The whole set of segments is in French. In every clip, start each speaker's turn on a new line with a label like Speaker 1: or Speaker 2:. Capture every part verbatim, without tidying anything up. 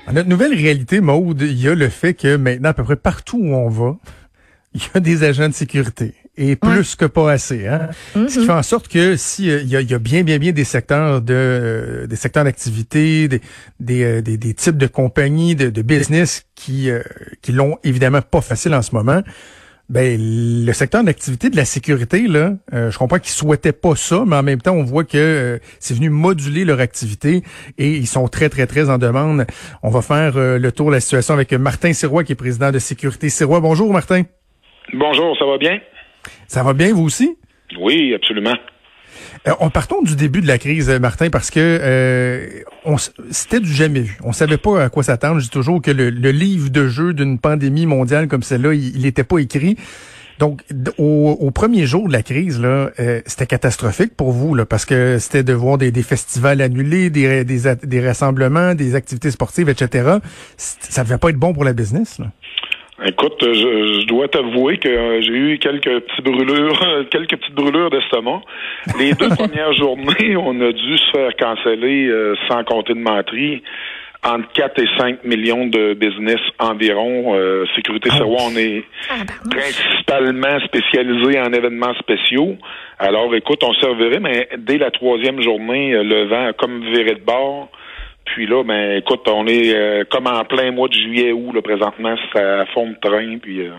Speaker 1: Dans notre nouvelle réalité, Maude, il y a le fait que maintenant, à peu près partout où on va, il y a des agents de sécurité. Et plus ouais. que pas assez, hein. Mm-hmm. Ce qui fait en sorte que si euh, il y a, il y a bien, bien, bien des secteurs de euh, des secteurs d'activité, des des, euh, des des types de compagnies, de, de business qui euh, qui l'ont évidemment pas facile en ce moment. Ben le secteur d'activité de la sécurité, là, euh, je comprends qu'ils souhaitaient pas ça, mais en même temps, on voit que euh, c'est venu moduler leur activité et ils sont très, très, très en demande. On va faire euh, le tour de la situation avec Martin Sirois, qui est président de Sécurité Sirois. Bonjour, Martin.
Speaker 2: Bonjour, ça va bien?
Speaker 1: Ça va bien, vous aussi?
Speaker 2: Oui, absolument.
Speaker 1: Euh, on partons du début de la crise, Martin, parce que euh, on, c'était du jamais vu. On savait pas à quoi s'attendre. Je dis toujours que le, le livre de jeu d'une pandémie mondiale comme celle-là, il n'était pas écrit. Donc, au, au premier jour de la crise, là, euh, c'était catastrophique pour vous, là, parce que c'était de voir des, des festivals annulés, des, des, des rassemblements, des activités sportives, et cetera. Ça devait pas être bon pour la business, là.
Speaker 2: Écoute, je, je dois t'avouer que euh, j'ai eu quelques petites brûlures, quelques petites brûlures d'estomac. Les deux premières journées, on a dû se faire canceller, euh, sans compter de menterie, entre quatre et cinq millions de business environ. Euh, Sécurité oh. Sirois, on est ah, principalement spécialisé en événements spéciaux. Alors, écoute, on servirait, mais dès la troisième journée, le vent a comme viré de bord. Puis là, ben, écoute, on est euh, comme en plein mois de juillet, août, là, présentement, c'est à fond de train, puis... Euh...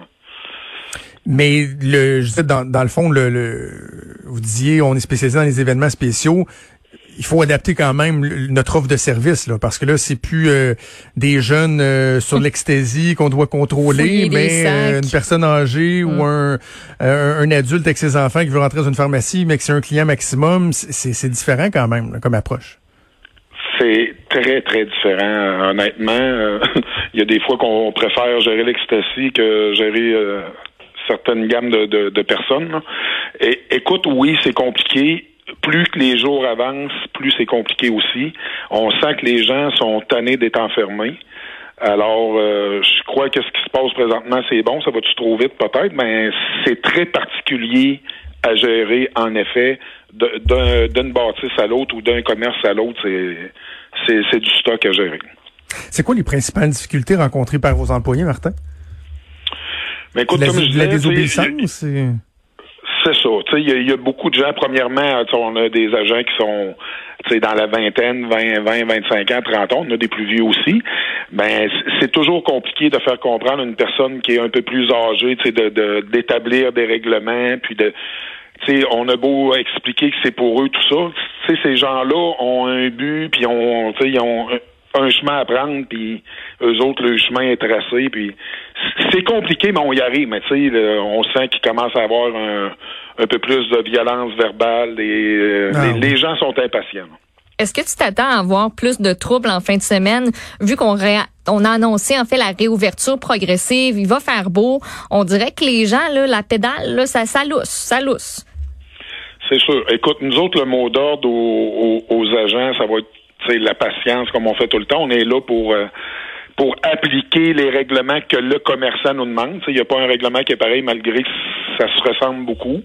Speaker 1: Mais, le, je sais, dans, dans le fond, le, le, vous disiez, on est spécialisé dans les événements spéciaux. Il faut adapter quand même notre offre de service, là, parce que là, c'est plus euh, des jeunes euh, sur l'ecstasy qu'on doit contrôler, mais euh, une personne âgée mmh. ou un, un, un adulte avec ses enfants qui veut rentrer dans une pharmacie, mais que c'est un client maximum, c'est, c'est différent quand même, là, comme approche.
Speaker 2: C'est très, très différent, honnêtement. Euh, il y a des fois qu'on préfère gérer l'ecstasy que gérer euh, certaines gammes de, de, de personnes. Là. Et, écoute, oui, c'est compliqué. Plus que les jours avancent, plus c'est compliqué aussi. On sent que les gens sont tannés d'être enfermés. Alors, euh, je crois que ce qui se passe présentement, c'est bon. Ça va-tu trop vite, peut-être? Mais c'est très particulier à gérer, en effet, de, d'un, d'une bâtisse à l'autre ou d'un commerce à l'autre, c'est, c'est, c'est du stock à gérer.
Speaker 1: C'est quoi les principales difficultés rencontrées par vos employés, Martin?
Speaker 2: Mais écoute,
Speaker 1: la,
Speaker 2: comme je disais,
Speaker 1: la désobéissance, c'est...
Speaker 2: C'est ça. Il y, y a beaucoup de gens, premièrement, on a des agents qui sont dans la vingtaine, vingt, vingt, vingt-cinq ans, trente ans, on a des plus vieux aussi. Ben, c'est toujours compliqué de faire comprendre à une personne qui est un peu plus âgée, de, de, d'établir des règlements, puis de... T'sais, on a beau expliquer que c'est pour eux, tout ça. T'sais, ces gens-là ont un but, puis on, ils ont un, un chemin à prendre, puis eux autres, le chemin est tracé, puis c'est compliqué, mais on y arrive. Mais tu sais, on sent qu'il commence à avoir un, un peu plus de violence verbale, et euh, ah, les, oui. les gens sont impatients.
Speaker 3: Est-ce que tu t'attends à avoir plus de troubles en fin de semaine, vu qu'on ré- on a annoncé en fait la réouverture progressive, il va faire beau, on dirait que les gens, là, la pédale, là, ça, ça lousse, ça lousse.
Speaker 2: C'est sûr. Écoute, nous autres, le mot d'ordre aux, aux, aux agents, ça va être la patience, comme on fait tout le temps. On est là pour... Euh, pour appliquer les règlements que le commerçant nous demande. Il n'y a pas un règlement qui est pareil, malgré que ça se ressemble beaucoup.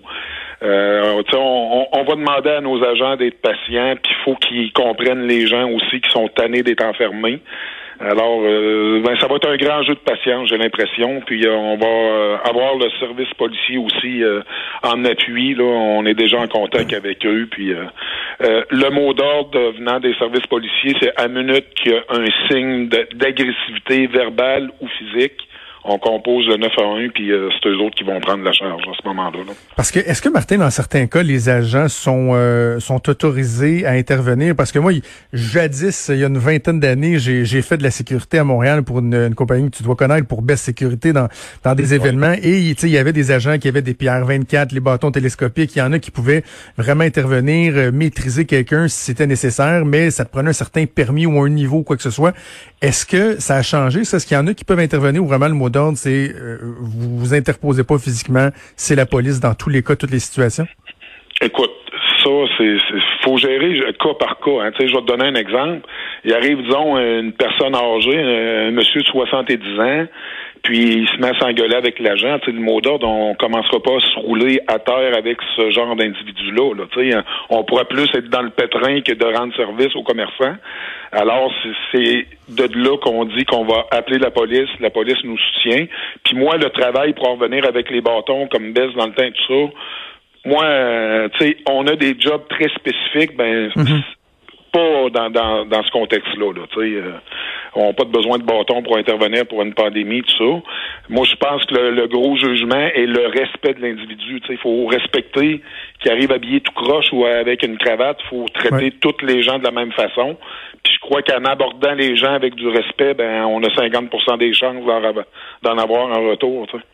Speaker 2: Euh, on, on va demander à nos agents d'être patients, puis il faut qu'ils comprennent les gens aussi qui sont tannés d'être enfermés. Alors, euh, ben, ça va être un grand jeu de patience, j'ai l'impression. Puis euh, on va euh, avoir le service policier aussi euh, en appui. Là, on est déjà en contact avec eux. Puis euh, euh, le mot d'ordre venant des services policiers, c'est à minute qu'il y a un signe de, d'agressivité verbale ou physique, on compose le neuf un un, puis euh, c'est eux autres qui vont prendre la charge à ce moment-là. Là.
Speaker 1: Parce que, est-ce que, Martin, dans certains cas, les agents sont euh, sont autorisés à intervenir? Parce que moi, jadis, il y a une vingtaine d'années, j'ai, j'ai fait de la sécurité à Montréal pour une, une compagnie que tu dois connaître, pour Best Sécurité, dans, dans des événements. Ouais. Et il y avait des agents qui avaient des P R vingt-quatre, les bâtons télescopiques. Il y en a qui pouvaient vraiment intervenir, euh, maîtriser quelqu'un si c'était nécessaire, mais ça te prenait un certain permis ou un niveau, quoi que ce soit. Est-ce que ça a changé, ça? Est-ce qu'il y en a qui peuvent intervenir ou vraiment le mot d'ordre, c'est euh, vous vous interposez pas physiquement, c'est la police dans tous les cas, toutes les situations?
Speaker 2: Écoute, ça, c'est, c'est faut gérer cas par cas. Hein. Tu sais, je vais te donner un exemple. Il arrive, disons, une personne âgée, un monsieur de soixante-dix ans, puis il se met à s'engueuler avec l'agent. Tu sais, le mot d'ordre, on commencera pas à se rouler à terre avec ce genre d'individu-là. Là, tu sais, on pourrait plus être dans le pétrin que de rendre service aux commerçants. Alors, c'est de là qu'on dit qu'on va appeler la police. La police nous soutient. Puis moi, le travail pour en revenir avec les bâtons comme baisse dans le temps et tout ça, moi, euh, tu sais, on a des jobs très spécifiques, ben mm-hmm. pas dans, dans, dans ce contexte-là. Là, tu sais, euh, on n'a pas de besoin de bâtons pour intervenir pour une pandémie, tout ça. Moi, je pense que le, le gros jugement est le respect de l'individu. Tu sais, il faut respecter qu'il arrive habillé tout croche ou avec une cravate. Il faut traiter ouais. toutes les gens de la même façon. Puis je crois qu'en abordant les gens avec du respect, ben on a cinquante pour cent des chances d'en avoir en retour. Tu sais.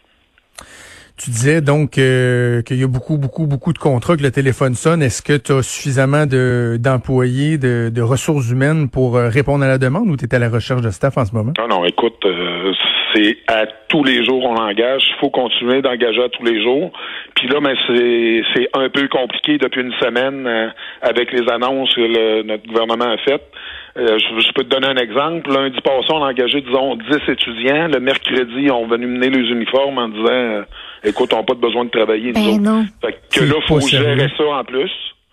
Speaker 1: Tu disais donc euh, qu'il y a beaucoup, beaucoup, beaucoup de contrats, que le téléphone sonne. Est-ce que tu as suffisamment de, d'employés, de, de ressources humaines pour euh, répondre à la demande ou tu es à la recherche de staff en ce moment?
Speaker 2: Non, non, écoute, euh, c'est à tous les jours on engage. Il faut continuer d'engager à tous les jours. Puis là, ben, c'est, c'est un peu compliqué depuis une semaine euh, avec les annonces que le, notre gouvernement a faites. Euh, je, je peux te donner un exemple. Lundi passé, on a engagé, disons, dix étudiants. Le mercredi, ils ont venu mener les uniformes en disant euh, écoute, on n'a pas de besoin de travailler, nous
Speaker 3: ben
Speaker 2: autres.
Speaker 3: Non.
Speaker 2: Fait que là, il faut gérer ça en plus.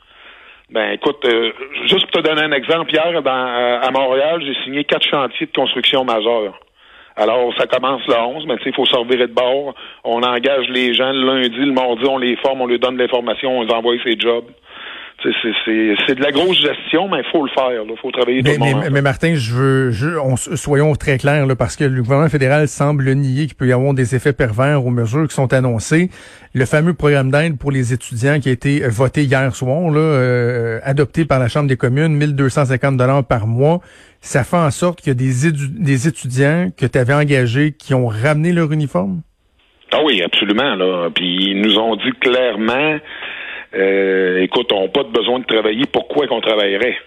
Speaker 2: Ben écoute, euh, juste pour te donner un exemple, hier, dans, à Montréal, j'ai signé quatre chantiers de construction majeure. Alors, ça commence le onze, mais tu sais, il faut se revirer de bord. On engage les gens le lundi, le mardi, on les forme, on leur donne de l'information, on les envoie ses jobs. C'est, c'est, c'est de la grosse gestion, mais il faut le faire. Il faut travailler
Speaker 1: mais,
Speaker 2: tout le monde.
Speaker 1: Mais, mais Martin, je veux, je, on, soyons très clairs, là, parce que le gouvernement fédéral semble nier qu'il peut y avoir des effets pervers aux mesures qui sont annoncées. Le fameux programme d'aide pour les étudiants qui a été voté hier soir, là, euh, adopté par la Chambre des communes, mille deux cent cinquante dollars par mois, ça fait en sorte qu'il y a des, édu- des étudiants que tu avais engagés qui ont ramené leur uniforme? Ah
Speaker 2: oui, absolument. Là. Puis ils nous ont dit clairement... Euh, écoute, on n'a pas de besoin de travailler. Pourquoi qu'on travaillerait?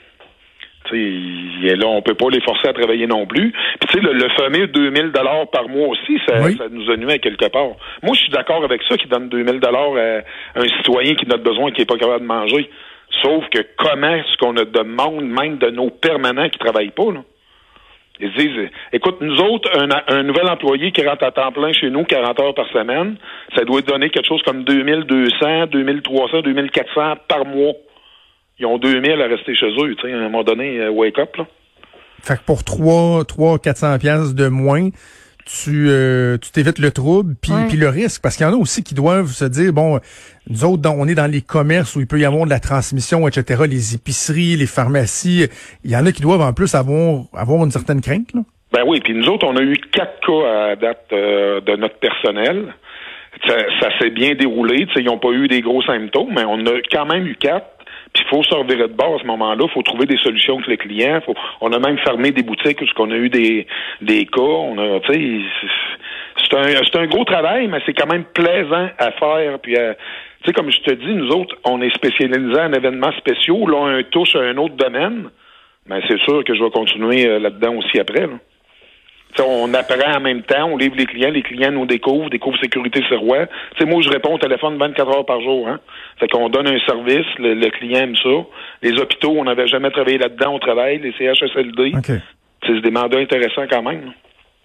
Speaker 2: Tu sais, là, on peut pas les forcer à travailler non plus. Puis tu sais, le, le fameux deux mille dollars par mois aussi, ça, oui. ça nous a nué à quelque part. Moi, je suis d'accord avec ça, qui donne deux mille dollars à un citoyen qui n'a pas besoin, qui n'est pas capable de manger. Sauf que comment est-ce qu'on a demande même de nos permanents qui travaillent pas, là? Ils disent, écoute, nous autres, un, un nouvel employé qui rentre à temps plein chez nous, quarante heures par semaine, ça doit donner quelque chose comme deux mille deux cents, deux mille trois cents, deux mille quatre cents par mois. Ils ont deux mille à rester chez eux, tu sais, à un moment donné, uh, wake up, là.
Speaker 1: Fait que pour trois, trois, quatre cents piastres de moins, tu, euh, tu t'évites le trouble, puis ouais. puis le risque, parce qu'il y en a aussi qui doivent se dire, bon, nous autres, dans, on est dans les commerces où il peut y avoir de la transmission, et cetera, les épiceries, les pharmacies, il y en a qui doivent en plus avoir, avoir une certaine crainte, là.
Speaker 2: Ben oui, puis nous autres, on a eu quatre cas à date euh, de notre personnel. Ça, ça s'est bien déroulé, tu sais, ils n'ont pas eu des gros symptômes, mais on a quand même eu quatre. Puis il faut se revirer de bord à ce moment-là. Il faut trouver des solutions avec les clients. Faut, on a même fermé des boutiques où on a eu des, des cas. On a, tu sais, c'est, c'est, un, c'est un gros travail, mais c'est quand même plaisant à faire. Puis, euh, tu sais, comme je te dis, nous autres, on est spécialisés en événements spéciaux. Là, on touche à un autre domaine. Mais c'est sûr que je vais continuer euh, là-dedans aussi après, là. T'sais, on apprend en même temps, on livre les clients, les clients nous découvrent, découvrent Sécurité Sirois. Tu sais, moi, je réponds au téléphone vingt-quatre heures par jour, hein. Fait qu'on donne un service, le, le client aime ça. Les hôpitaux, on n'avait jamais travaillé là-dedans, on travaille, les C H S L D.
Speaker 1: Okay.
Speaker 2: C'est des mandats intéressants quand même, là.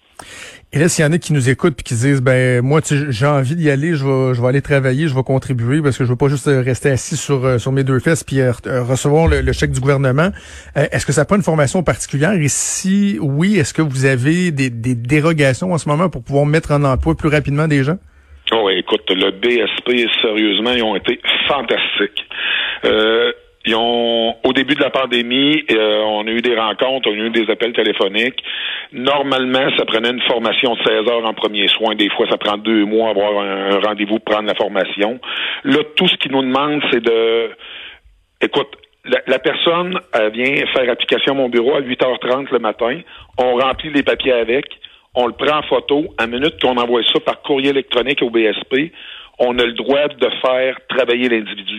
Speaker 1: Et là, s'il y en a qui nous écoutent puis qui disent, ben moi, j'ai envie d'y aller, je vais, je vais aller travailler, je vais contribuer parce que je veux pas juste rester assis sur sur mes deux fesses puis euh, recevoir le, le chèque du gouvernement. Euh, est-ce que ça prend une formation particulière? Et si oui, est-ce que vous avez des, des dérogations en ce moment pour pouvoir mettre en emploi plus rapidement des gens?
Speaker 2: Oh, écoute, le B S P, sérieusement, ils ont été fantastiques. Euh, Ils ont, au début de la pandémie, euh, on a eu des rencontres, on a eu des appels téléphoniques. Normalement, ça prenait une formation de seize heures en premier soin. Des fois, ça prend deux mois à avoir un, un rendez-vous pour prendre la formation. Là, tout ce qu'ils nous demandent, c'est de... Écoute, la, la personne, elle vient faire application à mon bureau à huit heures trente le matin. On remplit les papiers avec. On le prend en photo. À minute qu'on envoie ça par courrier électronique au B S P, on a le droit de faire travailler l'individu.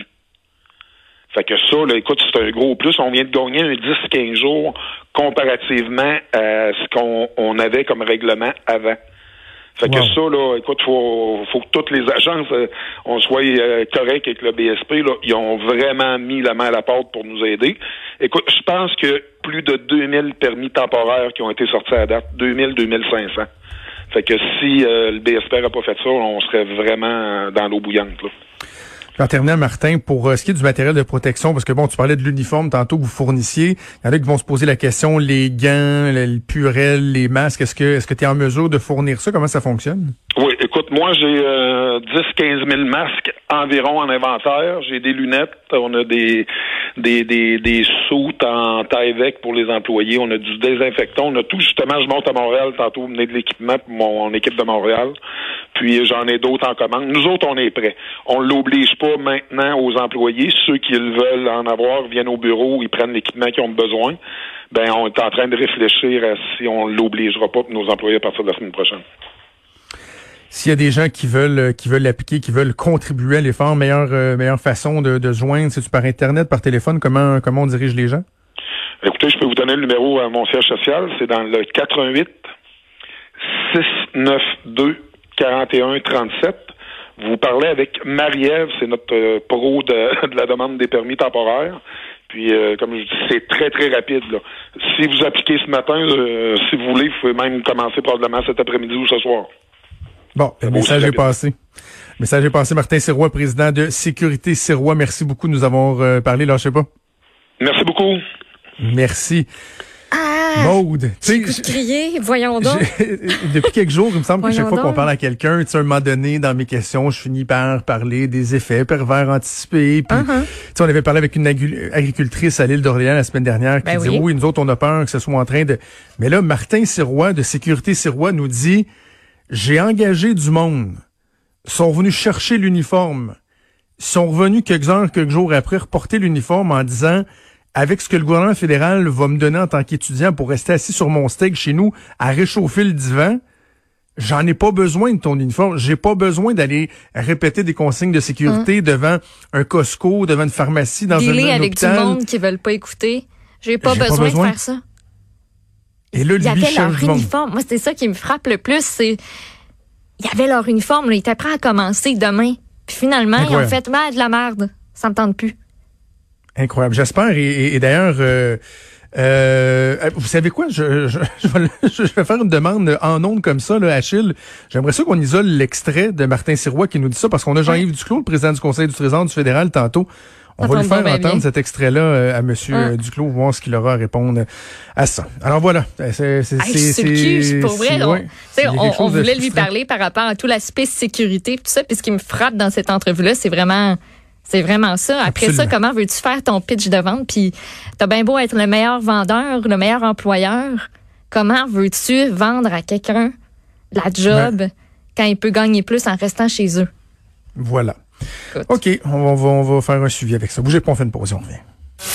Speaker 2: Fait que ça, là, écoute, c'est un gros plus. On vient de gagner un dix à quinze jours comparativement à ce qu'on on avait comme règlement avant. Fait que wow. ça, là, écoute, faut, faut que toutes les agences, euh, on soit euh, corrects avec le B S P, là. Ils ont vraiment mis la main à la porte pour nous aider. Écoute, je pense que plus de deux mille permis temporaires qui ont été sortis à date. deux mille, deux mille cinq cents. Fait que si euh, le B S P n'aurait pas fait ça, on serait vraiment dans l'eau bouillante, là.
Speaker 1: En terminant, Martin, pour euh, ce qui est du matériel de protection, parce que bon, tu parlais de l'uniforme tantôt que vous fournissiez, il y en a qui vont se poser la question, les gants, le, le purel, les masques, est-ce que est-ce que tu es en mesure de fournir ça? Comment ça fonctionne?
Speaker 2: Oui, écoute, moi j'ai euh, dix à quinze mille masques environ en inventaire. J'ai des lunettes, on a des des des, des soutes en taille-vec pour les employés, on a du désinfectant, on a tout. Justement, je monte à Montréal tantôt, mener de l'équipement pour mon équipe de Montréal. Puis j'en ai d'autres en commande. Nous autres, on est prêts. On l'oblige pas maintenant aux employés. Ceux qui le veulent en avoir viennent au bureau, ils prennent l'équipement qu'ils ont besoin. Ben, on est en train de réfléchir à si on l'obligera pas pour nos employés à partir de la semaine prochaine.
Speaker 1: S'il y a des gens qui veulent qui veulent l'appliquer, qui veulent contribuer à l'effort, meilleure euh, meilleure façon de, de se joindre, c'est-tu par Internet, par téléphone? Comment comment on dirige les gens?
Speaker 2: Écoutez, je peux vous donner le numéro à mon siège social. C'est dans le quatre un huit six neuf deux quarante et un trente-sept. Vous parlez avec Marie-Ève, c'est notre euh, pro de, de la demande des permis temporaires. Puis, euh, comme je dis, c'est très, très rapide, là. Si vous appliquez ce matin, euh, si vous voulez, vous pouvez même commencer probablement cet après-midi ou ce soir.
Speaker 1: Bon, le message est passé. Le message est passé. Martin Sirois, président de Sécurité Sirois. Merci beaucoup de nous avoir euh, parlé. Lâchez pas.
Speaker 2: Merci beaucoup.
Speaker 1: Merci.
Speaker 3: Ah,
Speaker 1: Maude,
Speaker 3: tu sais, crier, voyons donc.
Speaker 1: Depuis quelques jours, il me semble que
Speaker 3: voyons
Speaker 1: chaque fois
Speaker 3: donc.
Speaker 1: qu'on parle à quelqu'un, tu sais, à un moment donné, dans mes questions, je finis par parler des effets pervers anticipés. Puis,
Speaker 3: uh-huh.
Speaker 1: tu sais, on avait parlé avec une agri- agricultrice à l'île d'Orléans la semaine dernière qui
Speaker 3: Ben
Speaker 1: disait,
Speaker 3: oui.
Speaker 1: oui, nous autres, on a peur que ce soit en train de... Mais là, Martin Sirois, de Sécurité Sirois, nous dit, j'ai engagé du monde. Ils sont venus chercher l'uniforme. Ils sont revenus quelques heures, quelques jours après, reporter l'uniforme en disant... Avec ce que le gouvernement fédéral va me donner en tant qu'étudiant pour rester assis sur mon steak chez nous à réchauffer le divan, j'en ai pas besoin de ton uniforme. J'ai pas besoin d'aller répéter des consignes de sécurité mmh. devant un Costco, devant une pharmacie, dans
Speaker 3: Dealer
Speaker 1: un, un
Speaker 3: avec
Speaker 1: hôpital.
Speaker 3: Du monde qui veulent pas écouter. J'ai pas,
Speaker 1: J'ai
Speaker 3: besoin,
Speaker 1: pas besoin
Speaker 3: de faire ça.
Speaker 1: Et là,
Speaker 3: il y
Speaker 1: lui,
Speaker 3: avait leur
Speaker 1: du monde.
Speaker 3: uniforme. Moi, c'est ça qui me frappe le plus. C'est il y avait leur uniforme. Là, ils étaient prêts à commencer demain. Puis finalement, Incroyable. Ils ont fait mal de la merde. Ça me tente plus.
Speaker 1: Incroyable. J'espère. Et, et, et d'ailleurs, euh, euh, vous savez quoi? Je, je, je, vais, je vais faire une demande en ondes comme ça, là, Achille. J'aimerais ça qu'on isole l'extrait de Martin Sirois qui nous dit ça, parce qu'on a Jean-Yves ouais. Duclos, le président du Conseil du Trésor du fédéral, tantôt. On ça va lui faire entendre bien. cet extrait-là euh, à Monsieur ouais. Duclos, voir ce qu'il aura à répondre à ça. Alors voilà. C'est, c'est, c'est,
Speaker 3: hey, c'est, c'est, c'est pour vrai. On, ouais, on, on voulait lui parler par rapport à tout l'aspect sécurité et tout ça. Puis ce qui me frappe dans cette entrevue-là, c'est vraiment... C'est vraiment ça. Après Absolument. ça, comment veux-tu faire ton pitch de vente? Puis t'as bien beau être le meilleur vendeur, le meilleur employeur. Comment veux-tu vendre à quelqu'un la job ouais. quand il peut gagner plus en restant chez eux?
Speaker 1: Voilà.
Speaker 3: Écoute.
Speaker 1: OK, on va, on va faire un suivi avec ça. Bougez pas, on fait une pause, on revient.